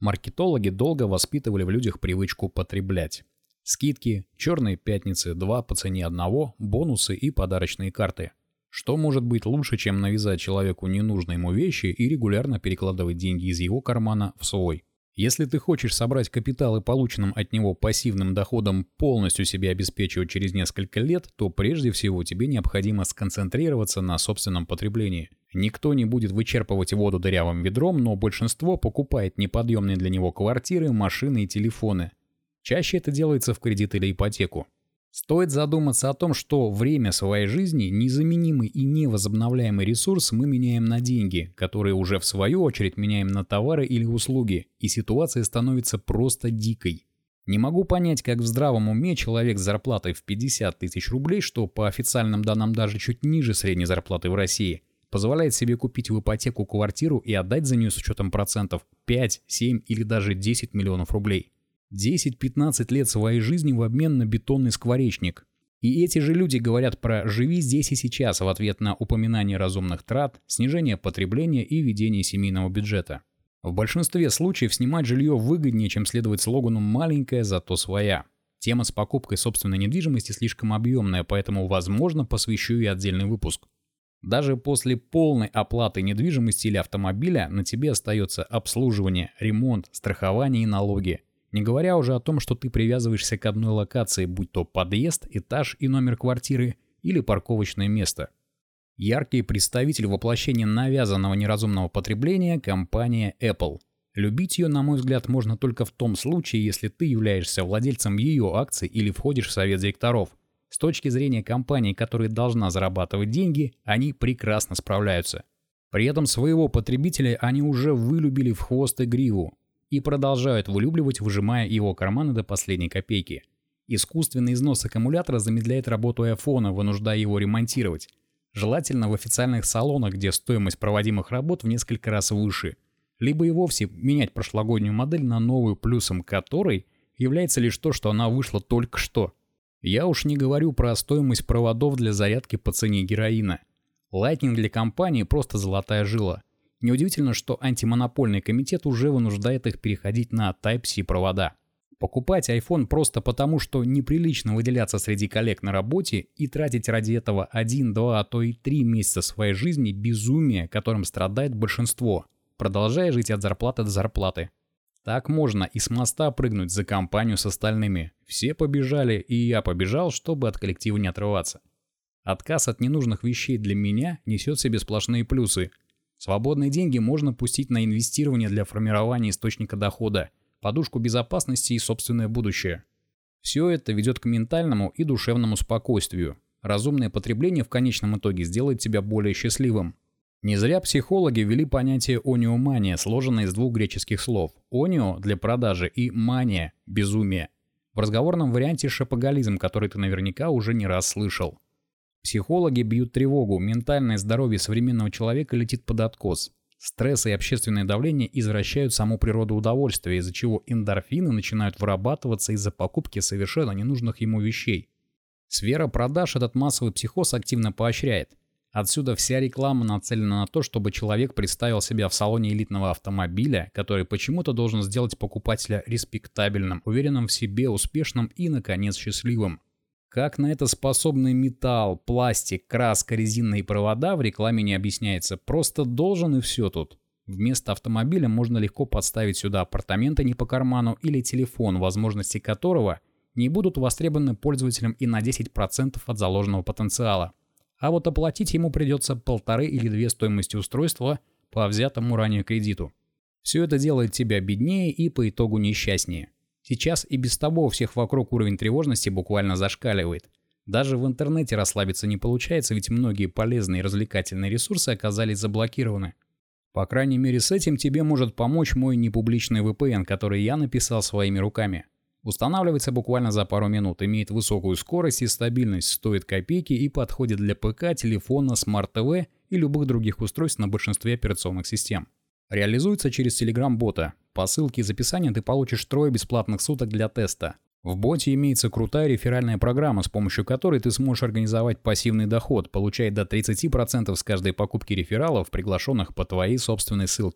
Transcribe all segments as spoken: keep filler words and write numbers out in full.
Маркетологи долго воспитывали в людях привычку потреблять. Скидки, черные пятницы, два по цене одного, бонусы и подарочные карты. Что может быть лучше, чем навязать человеку ненужные ему вещи и регулярно перекладывать деньги из его кармана в свой? Если ты хочешь собрать капитал и полученным от него пассивным доходом полностью себя обеспечивать через несколько лет, то прежде всего тебе необходимо сконцентрироваться на собственном потреблении. Никто не будет вычерпывать воду дырявым ведром, но большинство покупает неподъемные для него квартиры, машины и телефоны. Чаще это делается в кредит или ипотеку. Стоит задуматься о том, что время своей жизни, незаменимый и невозобновляемый ресурс, мы меняем на деньги, которые уже в свою очередь меняем на товары или услуги, и ситуация становится просто дикой. Не могу понять, как в здравом уме человек с зарплатой в пятьдесят тысяч рублей, что по официальным данным даже чуть ниже средней зарплаты в России, позволяет себе купить в ипотеку квартиру и отдать за нее с учетом процентов пять, семь или даже десять миллионов рублей. десять-пятнадцать лет своей жизни в обмен на бетонный скворечник. И эти же люди говорят про «живи здесь и сейчас» в ответ на упоминание разумных трат, снижение потребления и ведение семейного бюджета. В большинстве случаев снимать жилье выгоднее, чем следовать слогану «маленькая, зато своя». Тема с покупкой собственной недвижимости слишком объемная, поэтому, возможно, посвящу ей отдельный выпуск. Даже после полной оплаты недвижимости или автомобиля на тебе остается обслуживание, ремонт, страхование и налоги. Не говоря уже о том, что ты привязываешься к одной локации, будь то подъезд, этаж и номер квартиры или парковочное место. Яркий представитель воплощения навязанного неразумного потребления – компания Apple. Любить ее, на мой взгляд, можно только в том случае, если ты являешься владельцем ее акций или входишь в совет директоров. С точки зрения компании, которая должна зарабатывать деньги, они прекрасно справляются. При этом своего потребителя они уже вылюбили в хвост и гриву и продолжают вылюбливать, выжимая его карманы до последней копейки. Искусственный износ аккумулятора замедляет работу айфона, вынуждая его ремонтировать. Желательно в официальных салонах, где стоимость проводимых работ в несколько раз выше. Либо и вовсе менять прошлогоднюю модель на новую, плюсом которой является лишь то, что она вышла только что. Я уж не говорю про стоимость проводов для зарядки по цене героина. Lightning для компании просто золотая жила. Неудивительно, что антимонопольный комитет уже вынуждает их переходить на Type-C провода. Покупать iPhone просто потому, что неприлично выделяться среди коллег на работе и тратить ради этого один, два, а то и три месяца своей жизни – безумие, которым страдает большинство, продолжая жить от зарплаты до зарплаты. Так можно и с моста прыгнуть за компанию с остальными. Все побежали, и я побежал, чтобы от коллектива не отрываться. Отказ от ненужных вещей для меня несет в себе сплошные плюсы. Свободные деньги можно пустить на инвестирование для формирования источника дохода, подушку безопасности и собственное будущее. Все это ведет к ментальному и душевному спокойствию. Разумное потребление в конечном итоге сделает тебя более счастливым. Не зря психологи ввели понятие ониомания, сложенное из двух греческих слов. Онио – для продажи и мания – безумие. В разговорном варианте шопоголизм, который ты наверняка уже не раз слышал. Психологи бьют тревогу, ментальное здоровье современного человека летит под откос. Стресс и общественное давление извращают саму природу удовольствия, из-за чего эндорфины начинают вырабатываться из-за покупки совершенно ненужных ему вещей. Сфера продаж этот массовый психоз активно поощряет. Отсюда вся реклама нацелена на то, чтобы человек представил себя в салоне элитного автомобиля, который почему-то должен сделать покупателя респектабельным, уверенным в себе, успешным и, наконец, счастливым. Как на это способны металл, пластик, краска, резинные провода в рекламе не объясняется. Просто должен и все тут. Вместо автомобиля можно легко подставить сюда апартаменты не по карману или телефон, возможности которого не будут востребованы пользователям и на десять процентов от заложенного потенциала. А вот оплатить ему придется полторы или две стоимости устройства по взятому ранее кредиту. Все это делает тебя беднее и по итогу несчастнее. Сейчас и без того у всех вокруг уровень тревожности буквально зашкаливает. Даже в интернете расслабиться не получается, ведь многие полезные и развлекательные ресурсы оказались заблокированы. По крайней мере, с этим тебе может помочь мой непубличный ви пи эн, который я написал своими руками. Устанавливается буквально за пару минут, имеет высокую скорость и стабильность, стоит копейки и подходит для ПК, телефона, смарт-ТВ и любых других устройств на большинстве операционных систем. Реализуется через Telegram-бота. По ссылке из описания ты получишь трое бесплатных суток для теста. В боте имеется крутая реферальная программа, с помощью которой ты сможешь организовать пассивный доход, получая до тридцати процентов с каждой покупки рефералов, приглашенных по твоей собственной ссылке.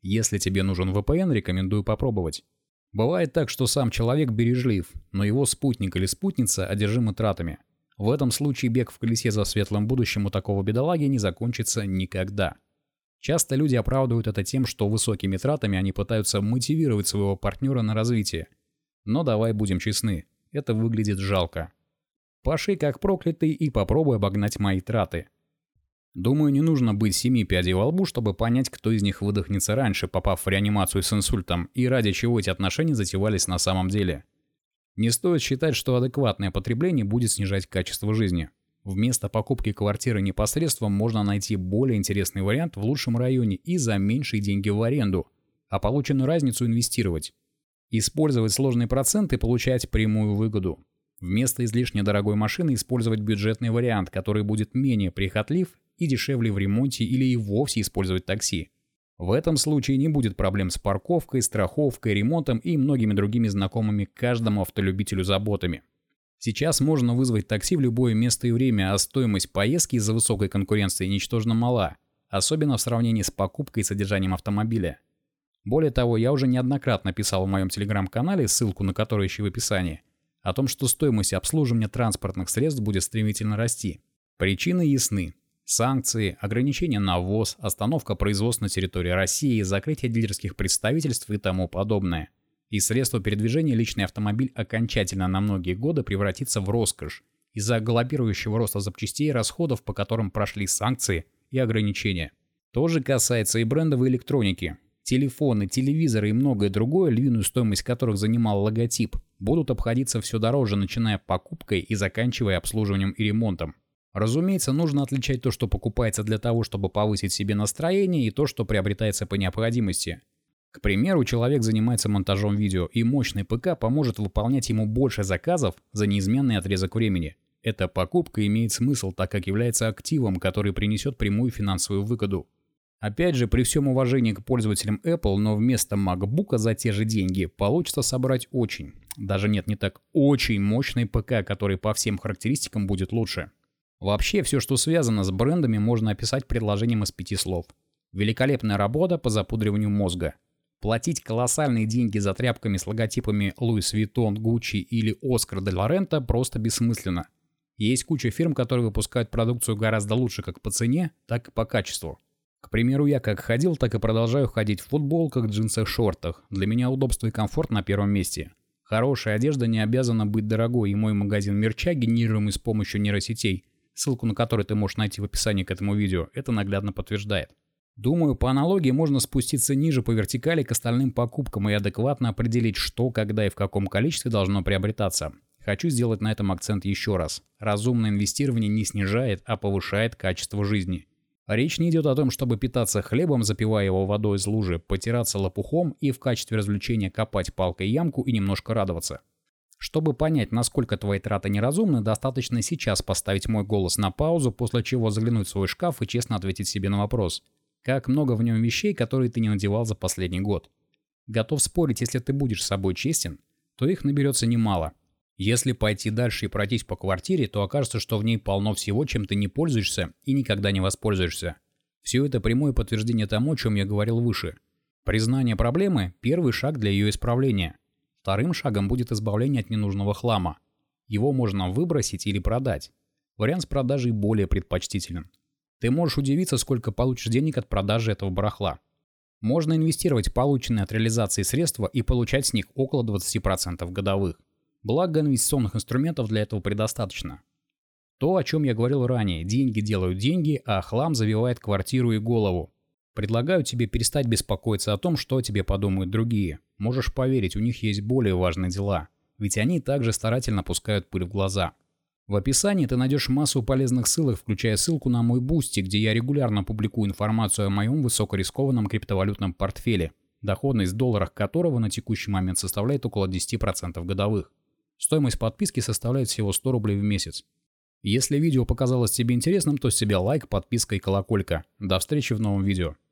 Если тебе нужен вэ пэ эн, рекомендую попробовать. Бывает так, что сам человек бережлив, но его спутник или спутница одержимы тратами. В этом случае бег в колесе за светлым будущим у такого бедолаги не закончится никогда. Часто люди оправдывают это тем, что высокими тратами они пытаются мотивировать своего партнера на развитие. Но давай будем честны, это выглядит жалко. Паши как проклятый и попробуй обогнать мои траты. Думаю, не нужно быть семи пядей во лбу, чтобы понять, кто из них выдохнется раньше, попав в реанимацию с инсультом, и ради чего эти отношения затевались на самом деле. Не стоит считать, что адекватное потребление будет снижать качество жизни. Вместо покупки квартиры непосредством можно найти более интересный вариант в лучшем районе и за меньшие деньги в аренду, а полученную разницу инвестировать. Использовать сложные проценты и получать прямую выгоду. Вместо излишне дорогой машины использовать бюджетный вариант, который будет менее прихотлив и дешевле в ремонте, или и вовсе использовать такси. В этом случае не будет проблем с парковкой, страховкой, ремонтом и многими другими знакомыми каждому автолюбителю заботами. Сейчас можно вызвать такси в любое место и время, а стоимость поездки из-за высокой конкуренции ничтожно мала, особенно в сравнении с покупкой и содержанием автомобиля. Более того, я уже неоднократно писал в моем телеграм-канале, ссылку на который ищи в описании, о том, что стоимость обслуживания транспортных средств будет стремительно расти. Причины ясны. Санкции, ограничения на ввоз, остановка производства на территории России, закрытие дилерских представительств и тому подобное. И средство передвижения личный автомобиль окончательно на многие годы превратится в роскошь из-за галопирующего роста запчастей и расходов, по которым прошли санкции и ограничения. То же касается и брендовой электроники. Телефоны, телевизоры и многое другое, львиную стоимость которых занимал логотип, будут обходиться все дороже, начиная покупкой и заканчивая обслуживанием и ремонтом. Разумеется, нужно отличать то, что покупается для того, чтобы повысить себе настроение, и то, что приобретается по необходимости. К примеру, человек занимается монтажом видео, и мощный ПК поможет выполнять ему больше заказов за неизменный отрезок времени. Эта покупка имеет смысл, так как является активом, который принесет прямую финансовую выгоду. Опять же, при всем уважении к пользователям Apple, но вместо MacBook за те же деньги получится собрать очень, даже нет, не так, очень мощный ПК, который по всем характеристикам будет лучше. Вообще, все, что связано с брендами, можно описать предложением из пяти слов. Великолепная работа по запудриванию мозга. Платить колоссальные деньги за тряпками с логотипами Louis Vuitton, Gucci или Oscar de la Renta просто бессмысленно. Есть куча фирм, которые выпускают продукцию гораздо лучше как по цене, так и по качеству. К примеру, я как ходил, так и продолжаю ходить в футболках, джинсах, шортах. Для меня удобство и комфорт на первом месте. Хорошая одежда не обязана быть дорогой, и мой магазин мерча, генерируемый с помощью нейросетей, ссылку на который ты можешь найти в описании к этому видео, это наглядно подтверждает. Думаю, по аналогии можно спуститься ниже по вертикали к остальным покупкам и адекватно определить, что, когда и в каком количестве должно приобретаться. Хочу сделать на этом акцент еще раз. Разумное инвестирование не снижает, а повышает качество жизни. Речь не идет о том, чтобы питаться хлебом, запивая его водой из лужи, потираться лопухом и в качестве развлечения копать палкой ямку и немножко радоваться. Чтобы понять, насколько твои траты неразумны, достаточно сейчас поставить мой голос на паузу, после чего заглянуть в свой шкаф и честно ответить себе на вопрос. Как много в нем вещей, которые ты не надевал за последний год? Готов спорить, если ты будешь с собой честен, то их наберется немало. Если пойти дальше и пройтись по квартире, то окажется, что в ней полно всего, чем ты не пользуешься и никогда не воспользуешься. Все это прямое подтверждение тому, о чем я говорил выше. Признание проблемы – первый шаг для ее исправления. Вторым шагом будет избавление от ненужного хлама. Его можно выбросить или продать. Вариант с продажей более предпочтителен. Ты можешь удивиться, сколько получишь денег от продажи этого барахла. Можно инвестировать полученные от реализации средства и получать с них около двадцати процентов годовых. Благо, инвестиционных инструментов для этого предостаточно. То, о чем я говорил ранее, деньги делают деньги, а хлам завивает квартиру и голову. Предлагаю тебе перестать беспокоиться о том, что о тебе подумают другие. Можешь поверить, у них есть более важные дела. Ведь они также старательно пускают пыль в глаза. В описании ты найдешь массу полезных ссылок, включая ссылку на мой Boosty, где я регулярно публикую информацию о моем высокорискованном криптовалютном портфеле, доходность в долларах которого на текущий момент составляет около десяти процентов годовых. Стоимость подписки составляет всего сто рублей в месяц. Если видео показалось тебе интересным, то с тебя лайк, подписка и колоколька. До встречи в новом видео.